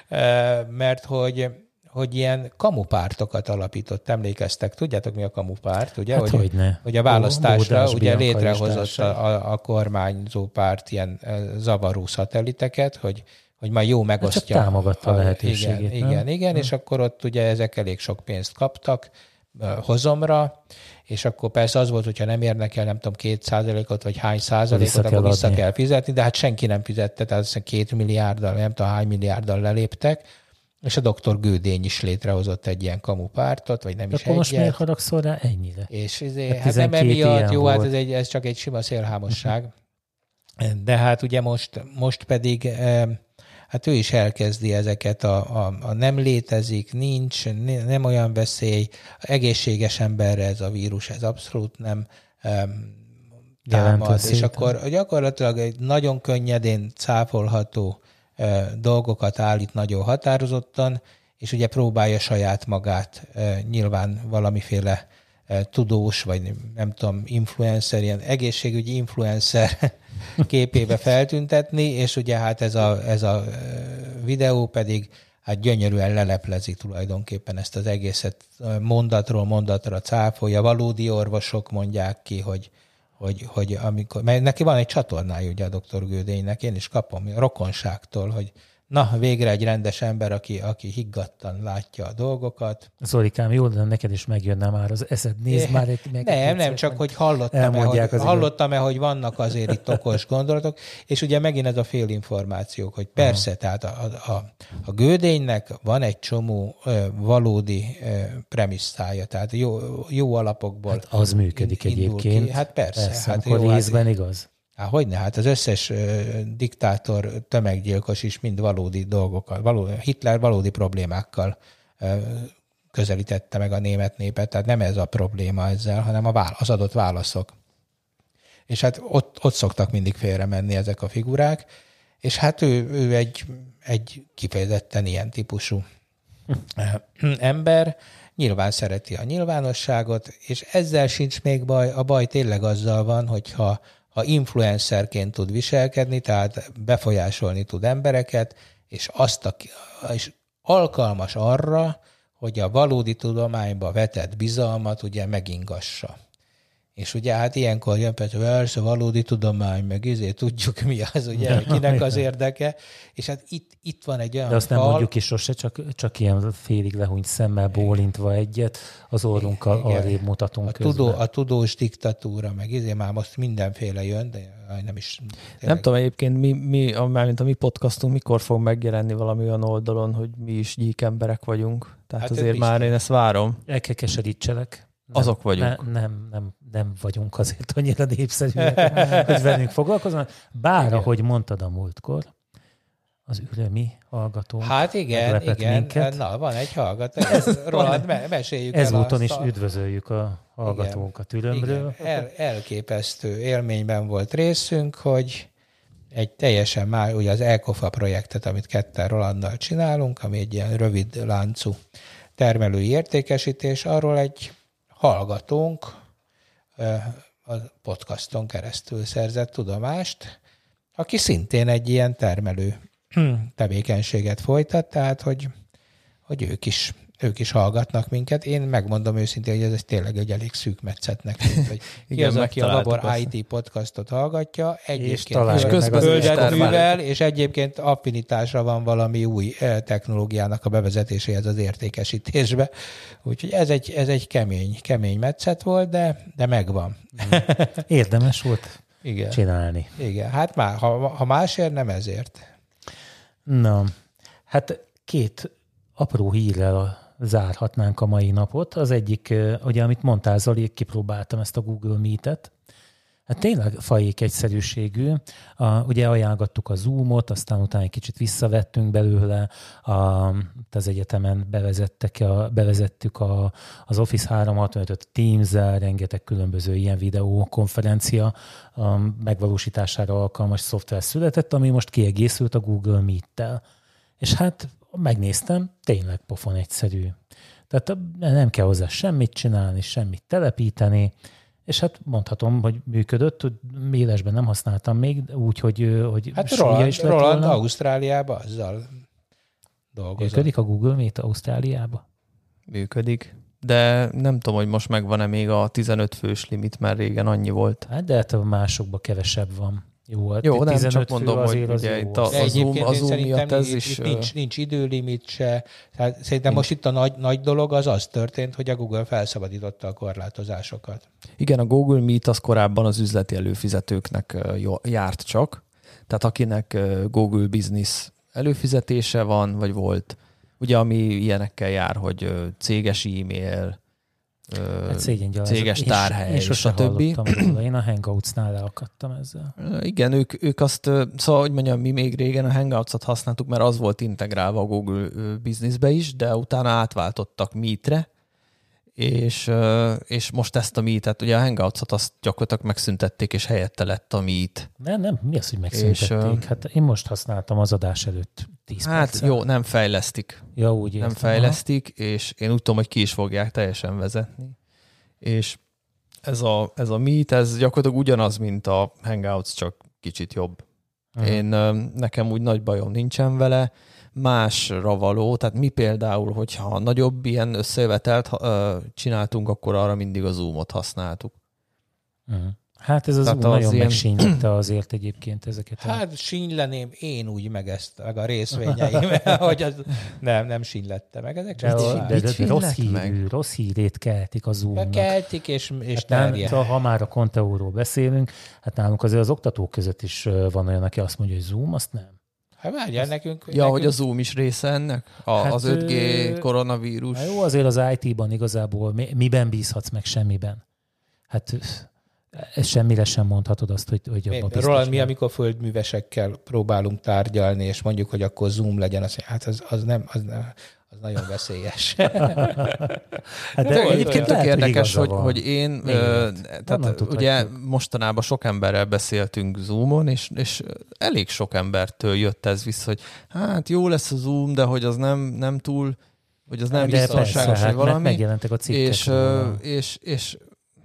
mert hogy, hogy ilyen kamupártokat alapított, emlékeztek, tudjátok mi a kamupárt, ugye? Hát hogy, hogy, hogy a választásra ugye létrehozott a, a, a kormányzó párt ilyen zavaró szatelliteket, hogy hogy majd jó megosztja. Csak támogatta a lehetőségét. Igen, igen, igen, igen, és akkor ott ugye ezek elég sok pénzt kaptak hozomra, és akkor persze az volt, hogyha nem érnek el, nem tudom, két százalékot, vagy hány százalékot, vissza akkor vissza adni. Kell fizetni, de hát senki nem fizette, tehát azt két milliárddal, nem tudom, hány milliárddal leléptek, és a doktor Gödény is létrehozott egy ilyen kamupártot, vagy nem de is egyet. Most miért haragszol haragszol rá ennyire? És izé, hát nem emiatt, jó, hát ez, egy, ez csak egy sima szélhámosság. De hát ugye most, most pedig hát ő is elkezdi ezeket a, a, a nem létezik, nincs, nem olyan veszély, egészséges emberre ez a vírus, ez abszolút nem um, támad, és akkor gyakorlatilag egy nagyon könnyedén cáfolható uh, dolgokat állít nagyon határozottan, és ugye próbálja saját magát uh, nyilván valamiféle uh, tudós, vagy nem tudom, influencer, ilyen egészségügyi influencer képébe feltüntetni, és ugye hát ez a, ez a videó pedig hát gyönyörűen leleplezi tulajdonképpen ezt az egészet, mondatról mondatra cáfolja. Valódi orvosok mondják ki, hogy, hogy, hogy amikor, mert neki van egy csatornája ugye a doktor Gödénynek, én is kapom a rokonságtól, hogy na, végre egy rendes ember, aki, aki higgadtan látja a dolgokat. Zolikám, jó, de neked is megjönne már az eszed. Nézd már egy meg. Nem, nem, csak hogy hallottam-e, hogy, hallottam-e, hogy vannak azért itt okos gondolatok, és ugye megint ez a félinformációk, hogy persze, aha. tehát a, a, a Gödénynek van egy csomó ö, valódi ö, premisszája, tehát jó, jó alapokból. Hát az működik egyébként. Ki. Hát persze. persze hát akkor jó, részben hát, igaz. Há, hogyne, hát az összes uh, diktátor, tömeggyilkos is mind valódi dolgokkal, való, Hitler valódi problémákkal uh, közelítette meg a német népet, tehát nem ez a probléma ezzel, hanem a válasz, az adott válaszok. És hát ott, ott szoktak mindig félre menni ezek a figurák, és hát ő, ő egy, egy kifejezetten ilyen típusú ember, nyilván szereti a nyilvánosságot, és ezzel sincs még baj, a baj tényleg azzal van, hogyha ha influencerként tud viselkedni, tehát befolyásolni tud embereket, és, azt a, és alkalmas arra, hogy a valódi tudományba vetett bizalmat ugye megingassa. És ugye hát ilyenkor jön persze, valódi tudomány, meg ezért tudjuk mi az, ugye, kinek az érdeke, és hát itt, itt van egy olyan de azt fal, nem mondjuk ki sose, csak, csak ilyen félig lehúnyt szemmel bólintva egyet, az orrunkkal arrébb mutatunk a közben. Tudó, a tudós diktatúra, meg ezért már most mindenféle jön, de nem is... Tényleg. Nem tudom egyébként, mi, mi, mármint a mi podcastunk mikor fog megjelenni valami olyan oldalon, hogy mi is gyík emberek vagyunk. Tehát hát azért már én ezt várom. El kell keserítselek. Nem, azok vagyunk. Ne, nem, nem, nem vagyunk azért annyira népszerűek, hogy velünk foglalkoznak. Bár, igen. ahogy mondtad a múltkor, az ürömi hallgató. Hát igen, igen. Minket. Na, van egy hallgató. Ez, Roland, me- meséljük el Ezúton is a... üdvözöljük a hallgatónkat ürömről. El, elképesztő élményben volt részünk, hogy egy teljesen már, ugye az Elkofa projektet, amit ketten Rolanddal csinálunk, ami egy ilyen rövid láncú termelői értékesítés, arról egy hallgatónk a podcaston keresztül szerzett tudomást, aki szintén egy ilyen termelő tevékenységet folytat, tehát hogy, hogy ők is ők is hallgatnak minket. Én megmondom őszintén, hogy ez tényleg egy elég szűk metszet nekünk, hogy ki igen, az, aki a Labor i té podcastot hallgatja, egyébként és közben és egyébként affinitásra van valami új technológiának a bevezetéséhez az értékesítésbe. Úgyhogy ez egy, ez egy kemény, kemény metszet volt, de, de megvan. Érdemes volt igen. csinálni. Igen, hát már, ha, ha másért, nem ezért. Na, hát két apró hírrel zárhatnánk a mai napot. Az egyik, ugye, amit mondtál, Zoli, kipróbáltam ezt a Google Meet-et. Hát tényleg fajék egyszerűségű. A, ugye ajánlgattuk a Zoom-ot, aztán utána egy kicsit visszavettünk belőle. A, az egyetemen bevezettek a, bevezettük a, az Office háromszázhatvanötöt Teams-el, rengeteg különböző ilyen videókonferencia a megvalósítására alkalmas szoftver született, ami most kiegészült a Google Meet-tel. És hát megnéztem, tényleg pofon egyszerű. Tehát nem kell hozzá semmit csinálni, semmit telepíteni, És hát mondhatom, hogy működött, élesben nem használtam még, úgy, hogy, hogy hát Roland, is lett Roland volna. Ausztráliában azzal dolgozott. Működik a Google Meet Ausztráliában? Működik. De nem tudom, hogy most megvan-e még a tizenöt fős limit, mert régen annyi volt. Hát de hát a másokban kevesebb van. Jó, hát jó, nem csak mondom, hogy ugye itt a, a Zoom, a Zoom miatt ez itt, is... Itt nincs, nincs időlimit se. Tehát szerintem nincs. Most itt a nagy, nagy dolog az az történt, hogy a Google felszabadította a korlátozásokat. Igen, a Google Meet az korábban az üzleti előfizetőknek járt csak. Tehát akinek Google Business előfizetése van, vagy volt, ugye ami ilyenekkel jár, hogy céges e-mail, hát céges tárhely, és, és stb. Én a Hangouts-nál leakadtam ezzel. Igen, ők, ők azt, szóval, hogy mondjam, mi még régen a Hangouts-ot használtuk, mert az volt integrálva a Google Businessbe is, de utána átváltottak Meetre, és, és most ezt a Meetet, ugye a Hangouts-ot azt gyakorlatilag megszüntették, és helyette lett a Meet. Nem, nem, mi az, hogy megszüntették? És, hát én most használtam az adás előtt tíz Hát percen. jó, nem fejlesztik. Ja, úgy értem. Nem fejlesztik, aha. És én úgy tudom, hogy ki is fogják teljesen vezetni. És ez a, ez a Meet, ez gyakorlatilag ugyanaz, mint a Hangouts, csak kicsit jobb. Uh-huh. Én, nekem úgy nagy bajom nincsen vele, másra való, tehát mi például, hogyha nagyobb ilyen összejövetelt csináltunk, akkor arra mindig a Zoomot használtuk. Uh-huh. Hát ez az Zoom nagyon ilyen... megsínylette azért egyébként ezeket. Hát a... sínylenném én úgy meg ezt, meg a részvényeim, hogy az nem, nem sínylette meg. Ezek de, de, de, de rossz, hírű, rossz hírét keltik a Zoomnak. Keltik és, és hát terjed. Nem, ha már a Conteóról beszélünk, hát nálunk azért az oktatók között is van olyan, aki azt mondja, hogy Zoom, azt nem. Hát várjál, nekünk... Ja, nekünk... hogy a Zoom is része ennek? A, hát, az öt G koronavírus? Hát jó, azért az í té-ban igazából miben bízhatsz meg semmiben? Hát ez semmire sem mondhatod azt, hogy, hogy abban biztos. Roland, mi, amikor földművesekkel próbálunk tárgyalni, és mondjuk, hogy akkor Zoom legyen, azt hát az, az nem... Az nem az nagyon veszélyes. Hát de egyébként tök érdekes, hogy, hogy én, ö, tehát ugye mostanában sok emberrel beszéltünk Zoomon, és, és elég sok embertől jött ez vissza, hogy hát jó lesz a Zoom, de hogy az nem, nem túl, hogy az nem de biztonságos, persze, hogy valami. Megjelentek a cikkek. És, és, és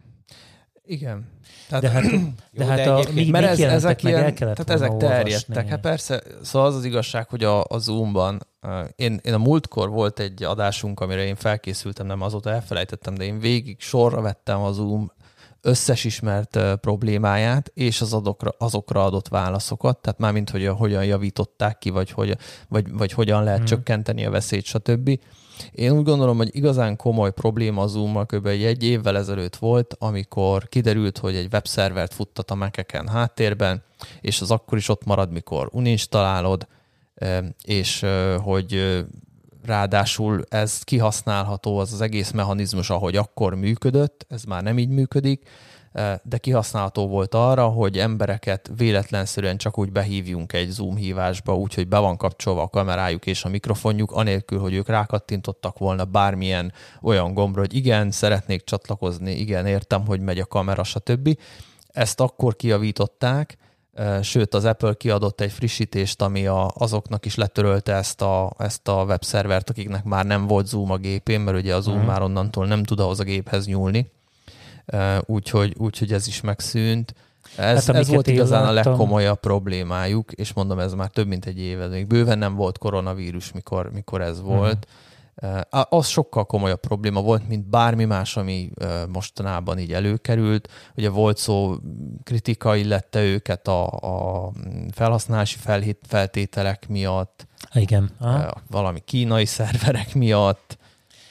igen. Tehát, de hát, de hát a, mi, mert ez, ezek meg ilyen, el kellett tehát ezek terjedtek. Hát persze, szóval az az igazság, hogy a, a Zoomban, én, én a múltkor volt egy adásunk, amire én felkészültem, nem azóta elfelejtettem, de én végig sorra vettem a Zoom összes ismert uh, problémáját, és az adokra, azokra adott válaszokat, tehát mármint, hogy hogyan javították ki, vagy, hogy, vagy, vagy hogyan lehet hmm. csökkenteni a veszélyt, stb. Én úgy gondolom, hogy igazán komoly probléma a Zoom-mal kb. egy évvel ezelőtt volt, amikor kiderült, hogy egy webszervert futtat a Mac-eken háttérben, és az akkor is ott marad, mikor uninstallálod, és hogy ráadásul ez kihasználható, az az egész mechanizmus, ahogy akkor működött, ez már nem így működik, de kihasználható volt arra, hogy embereket véletlenszerűen csak úgy behívjunk egy Zoom hívásba, úgyhogy be van kapcsolva a kamerájuk és a mikrofonjuk, anélkül, hogy ők rákattintottak volna bármilyen olyan gombra, hogy igen, szeretnék csatlakozni, igen, értem, hogy megy a kamera, stb. Ezt akkor kijavították, sőt az Apple kiadott egy frissítést, ami a, azoknak is letörölte ezt a, ezt a webszervert, akiknek már nem volt Zoom a gépén, mert ugye a Zoom mm. már onnantól nem tud ahhoz a géphez nyúlni. Úgyhogy, úgyhogy ez is megszűnt. Ez, hát, ez volt igazán láttam. A legkomolyabb problémájuk, és mondom, ez már több mint egy éve. Még bőven nem volt koronavírus, mikor, mikor ez volt. Uh-huh. Az sokkal komolyabb probléma volt, mint bármi más, ami mostanában így előkerült. Ugye volt szó, kritika illette őket a, a felhasználási feltételek miatt. Igen. Aha. Valami kínai szerverek miatt.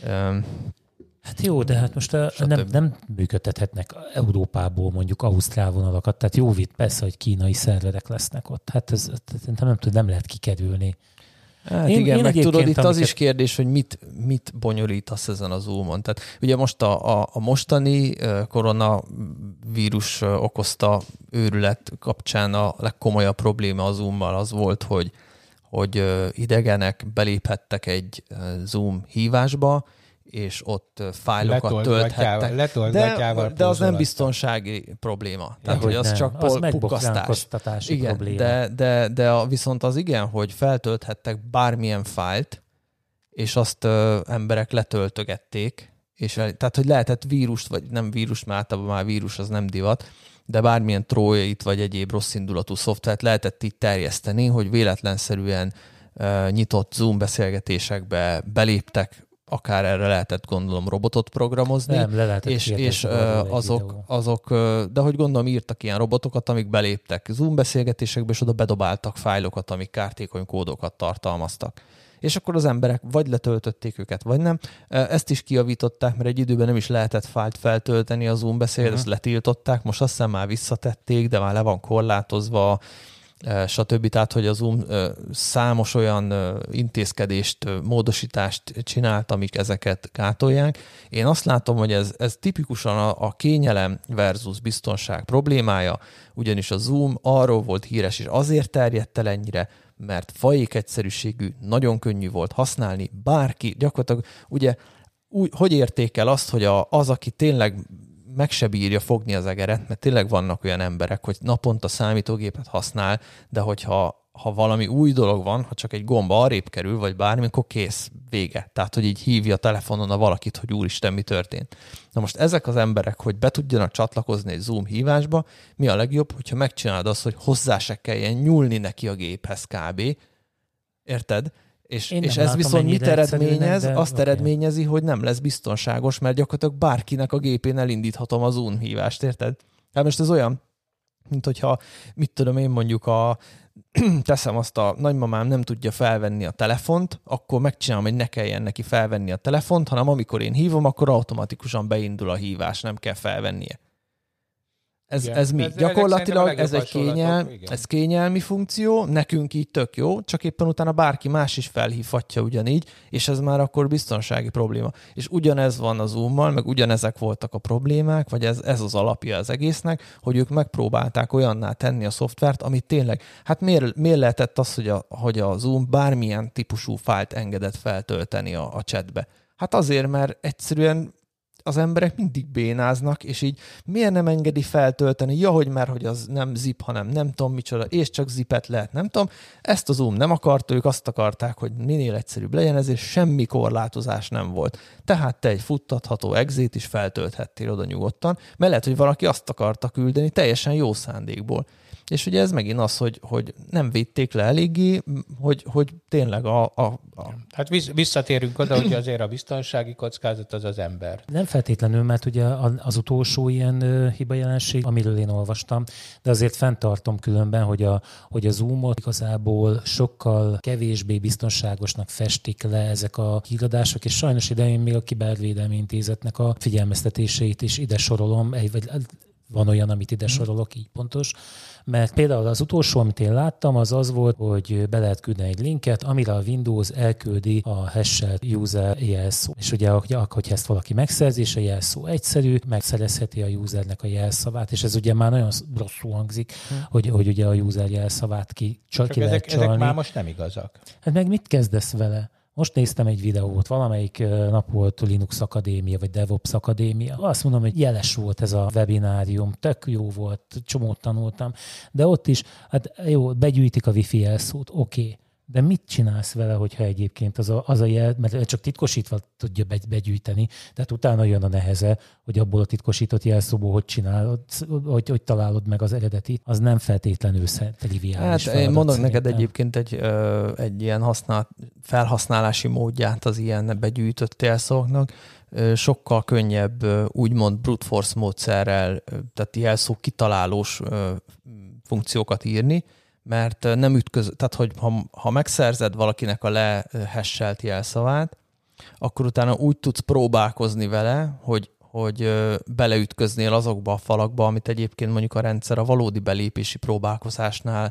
Hát jó, de hát most a, nem, nem működtethetnek Európából mondjuk ausztrál vonalakat, tehát jó vitt persze, hogy kínai szerverek lesznek ott. Hát ez nem, nem tudom, nem lehet kikerülni. Hát én, igen, én meg tudod, itt az is kérdés, hogy mit, mit bonyolítasz ezen a Zoomon. Tehát ugye most a, a, a mostani koronavírus okozta őrület kapcsán a legkomolyabb probléma a Zoommal az volt, hogy, hogy idegenek beléphettek egy Zoom hívásba, és ott fájlokat tölthettek. De, de az nem biztonsági probléma. Tehát, hogy az nem. Csak az pukkasztás. Igen, probléma. de, de, de viszont az igen, hogy feltölthettek bármilyen fájlt, és azt ö, emberek letöltögették, És tehát, hogy lehetett vírust, vagy nem vírust, mert általában már vírus az nem divat, de bármilyen trójait, vagy egyéb rosszindulatú szoftvert lehetett így terjeszteni, hogy véletlenszerűen uh, nyitott Zoom beszélgetésekbe beléptek, akár erre lehetett, gondolom, robotot programozni. Nem, le lehetett és, és uh, azok, azok, uh, de hogy gondolom, írtak ilyen robotokat, amik beléptek Zoom beszélgetésekbe, és oda bedobáltak fájlokat, amik kártékony kódokat tartalmaztak. És akkor az emberek vagy letöltötték őket, vagy nem. Ezt is kijavították, mert egy időben nem is lehetett fájlt feltölteni a Zoom beszédet, uh-huh. ezt letiltották, most azt hiszem már visszatették, de már le van korlátozva, stb. Tehát, hogy a Zoom számos olyan intézkedést, módosítást csinált, amik ezeket gátolják. Én azt látom, hogy ez, ez tipikusan a, a kényelem versus biztonság problémája, ugyanis a Zoom arról volt híres, és azért terjedt el ennyire, mert fajék egyszerűségű, nagyon könnyű volt használni, bárki, gyakorlatilag ugye úgy, hogy értékel azt, hogy a, az, aki tényleg meg se bírja fogni az egeret, mert tényleg vannak olyan emberek, hogy naponta számítógépet használ, de hogyha ha valami új dolog van, ha csak egy gomb arrébb kerül, vagy bármi, akkor kész, vége. Tehát, hogy így hívja telefonon a valakit, hogy úristen, mi történt. Na most ezek az emberek, hogy be tudjanak csatlakozni egy Zoom hívásba, mi a legjobb, hogyha megcsinálod azt, hogy hozzá se kelljen nyúlni neki a géphez kb. Érted? És, és ez viszont mit eredményez? De... Azt okay. eredményezi, hogy nem lesz biztonságos, mert gyakorlatilag bárkinek a gépén elindíthatom a Zoom hívást, érted? Hát most ez olyan, mint hogyha, mit tudom én mondjuk a teszem azt, a nagymamám nem tudja felvenni a telefont, akkor megcsinálom, hogy ne kelljen neki felvenni a telefont, hanem amikor én hívom, akkor automatikusan beindul a hívás, nem kell felvennie. Ez, ez mi? Ez gyakorlatilag ez egy kényel, ez kényelmi funkció, nekünk így tök jó, csak éppen utána bárki más is felhívhatja ugyanígy, és ez már akkor biztonsági probléma. És ugyanez van az Zoommal, meg ugyanezek voltak a problémák, vagy ez, ez az alapja az egésznek, hogy ők megpróbálták olyanná tenni a szoftvert, amit tényleg, hát miért, miért lehetett az, hogy a, hogy a Zoom bármilyen típusú fájlt engedett feltölteni a, a chatbe? Hát azért, mert egyszerűen az emberek mindig bénáznak, és így miért nem engedi feltölteni? Ja, hogy mert hogy az nem zip, hanem nem tudom micsoda, és csak zipet lehet, nem tudom. Ezt a Zoom nem akart, ők azt akarták, hogy minél egyszerűbb legyen, ezért semmi korlátozás nem volt. Tehát te egy futtatható exét is feltölthettél oda nyugodtan, mert lehet, hogy valaki azt akarta küldeni teljesen jó szándékból. És ugye ez megint az, hogy, hogy nem védték le eléggé, hogy, hogy tényleg a... a, a... Hát visszatérünk oda, hogy azért a biztonsági kockázat az az ember. Nem feltétlenül, mert ugye az utolsó ilyen hibajelenség, amiről én olvastam, de azért fenntartom különben, hogy a, hogy a Zoomot igazából sokkal kevésbé biztonságosnak festik le ezek a híradások, és sajnos idején még a Kibervédelmi Intézetnek a figyelmeztetéseit is ide sorolom, vagy van olyan, amit ide sorolok, így pontos, mert például az utolsó, amit én láttam, az az volt, hogy be lehet küldeni egy linket, amire a Windows elküldi a hashelt user jelszó. És ugye, hogyha ezt valaki megszerzi, és a jelszó egyszerű, megszerezheti a usernek a jelszavát, és ez ugye már nagyon rosszul hangzik, hmm. hogy, hogy ugye a user jelszavát ki, csak ki ezek, lehet csalni. Ezek már most nem igazak. Hát meg mit kezdesz vele? Most néztem egy videót, valamelyik nap volt Linux Akadémia, vagy DevOps Akadémia. Azt mondom, hogy jeles volt ez a webinárium, tök jó volt, csomót tanultam, de ott is, hát jó, begyűjtik a Wi-Fi jelszót, oké, okay. De mit csinálsz vele, hogyha egyébként az a, az a jel, mert csak titkosítva tudja begyűjteni, tehát utána jön a neheze, hogy abból a titkosított jelszóból hogy csinálod, hogy, hogy találod meg az eredeti, az nem feltétlenül triviális. Hát én mondok neked egyébként egy, ö, egy ilyen használ, felhasználási módját az ilyen begyűjtött jelszóknak. Sokkal könnyebb úgymond brute force módszerrel, tehát jelszó kitalálós funkciókat írni, mert nem ütköz, tehát hogy ha, ha megszerzed valakinek a lehasselt jelszavát, akkor utána úgy tudsz próbálkozni vele, hogy, hogy beleütköznél azokba a falakba, amit egyébként mondjuk a rendszer a valódi belépési próbálkozásnál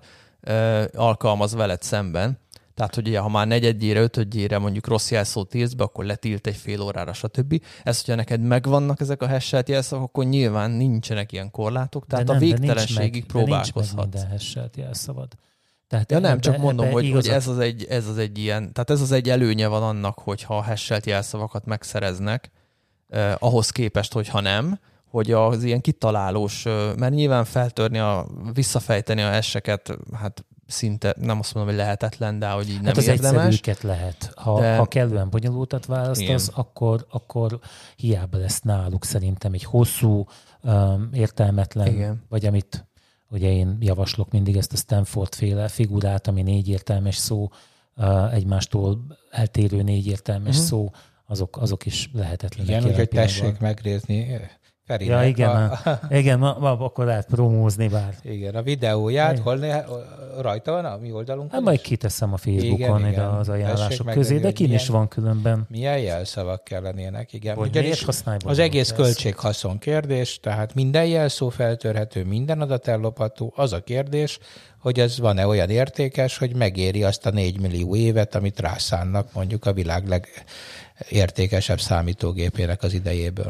alkalmaz veled szemben. Tehát, hogy ugye, ha már negyedjére, ötödjére mondjuk rossz jelszót írsz be, akkor letilt egy fél órára, stb. Ez, hogyha neked megvannak ezek a hasselt jelszavak, akkor nyilván nincsenek ilyen korlátok, tehát nem, a végtelenségig meg, próbálkozhatsz. De nincs meg minden hasselt jelszavad. Tehát ja nem, ebbe, csak mondom, hogy, hogy ez, az egy, ez az egy ilyen, tehát ez az egy előnye van annak, hogyha a hasselt jelszavakat megszereznek, eh, ahhoz képest, hogyha nem, hogy az ilyen kitalálós, mert nyilván feltörni, a, visszafejteni a hasheket, hát szinte, nem azt mondom, hogy lehetetlen, de hogy így nem hát az érdemes. egyszerűket lehet. Ha, de... ha kellően bonyolultat választasz, akkor, akkor hiába lesz náluk szerintem egy hosszú, um, értelmetlen, igen. vagy amit ugye én javaslok mindig ezt a Stanford-féle figurát, ami négy értelmes szó, uh, egymástól eltérő négy értelmes uh-huh. szó, azok, azok is lehetetlenek. Igen, úgyhogy tessék megnézni Ferinek. Ja, igen, a, a, igen ma, ma, akkor lehet promózni bár. Igen, a videóját, hol ne, rajta van a mi oldalunkon? Hát majd kiteszem a Facebookon igen, igen. az ajánlások közé, de kin is van különben. Milyen jelszavak kellenének, igen. Hogy miért használj az egész költség-haszon kérdés, tehát minden jelszó feltörhető, minden adat ellopható, az a kérdés, hogy ez van-e olyan értékes, hogy megéri azt a négy millió évet, amit rászánnak mondjuk a világ legértékesebb számítógépének az idejéből.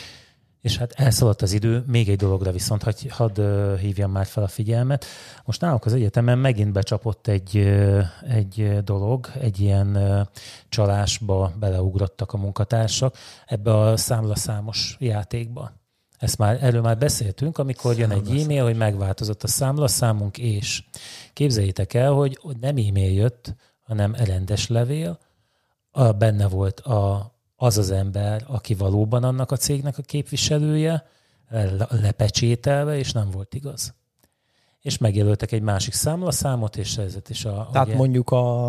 És hát elszaladt az idő, még egy dologra viszont hadd had, hívjam már fel a figyelmet. Most nálunk az egyetemen megint becsapott egy, egy dolog, egy ilyen csalásba beleugrottak a munkatársak ebbe a számlaszámos játékba. Ezt már, erről már beszéltünk, amikor jön egy e-mail, hogy megváltozott a számlaszámunk, és képzeljétek el, hogy nem e-mail jött, hanem rendes levél, a, benne volt a az az ember, aki valóban annak a cégnek a képviselője, lepecsételve, és nem volt igaz. És megjelöltek egy másik számlaszámot, és ez is a... Tehát ugye, mondjuk a,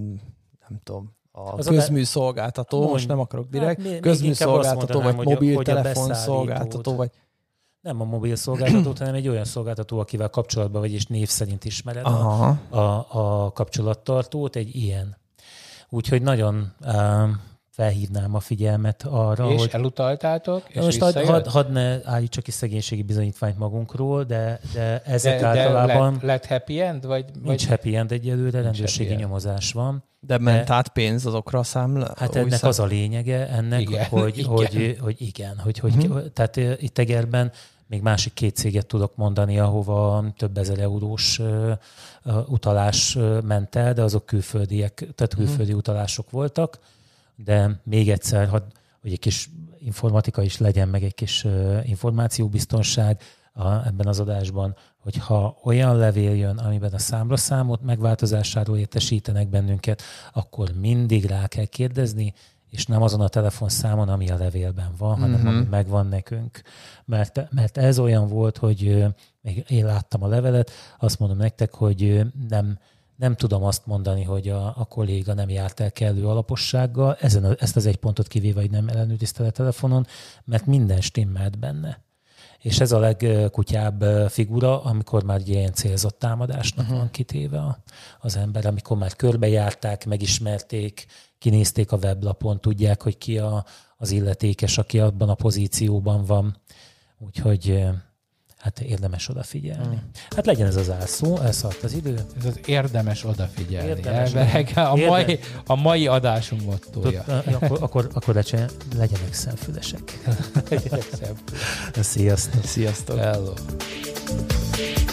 nem tudom, a közműszolgáltató, mondj, most nem akarok direkt, hát, közműszolgáltató, vagy mobiltelefon szolgáltató, vagy... Nem a mobil szolgáltatót, hanem egy olyan szolgáltató, akivel kapcsolatban vagy, és név szerint ismered a, a, a kapcsolattartót, egy ilyen. Úgyhogy nagyon... Um, felhívnám a figyelmet arra, és hogy... És elutaltátok? És most hadd had, had ne állítsak ki szegénységi bizonyítványt magunkról, de, de ezek de, általában... De lett happy end? Vagy, nincs vagy... happy end egyelőre, rendőrségi nyomozás van. De ment át pénz azokra a számla? Hát ennek szám... az a lényege, ennek, igen, hogy, igen. Hogy, hogy igen. Hogy, hogy, uh-huh. Tehát itt Egerben még másik két céget tudok mondani, ahova több ezer eurós uh, uh, utalás uh, ment el, de azok külföldiek, tehát külföldi uh-huh. utalások voltak. De még egyszer, hogy egy kis informatika is legyen, meg egy kis uh, információbiztonság a, ebben az adásban, hogy ha olyan levél jön, amiben a számlaszámot megváltozásáról értesítenek bennünket, akkor mindig rá kell kérdezni, és nem azon a telefonszámon, ami a levélben van, hanem mm-hmm. ami megvan nekünk. Mert, mert ez olyan volt, hogy uh, még én láttam a levelet, azt mondom nektek, hogy uh, nem Nem tudom azt mondani, hogy a, a kolléga nem járt el kellő alapossággal, ezen a, ezt az egy pontot kivéve, hogy nem ellenőrizte a telefonon, mert minden stimmelt benne. És ez a legkutyább figura, amikor már ilyen célzott támadásnak uh-huh. van kitéve az ember, amikor már körbejárták, megismerték, kinézték a weblapon, tudják, hogy ki a, az illetékes, aki abban a pozícióban van. Úgyhogy... hát érdemes odafigyelni. Hmm. Hát legyen ez az álszó, elszaladt az idő. Ez az érdemes odafigyelni. Érdemes a, mai, a mai adásunk mottója. Akkor, akkor, akkor legyen, legyenek szemfülesek. legyenek szemfülesek. Sziasztok. Sziasztok. Hello.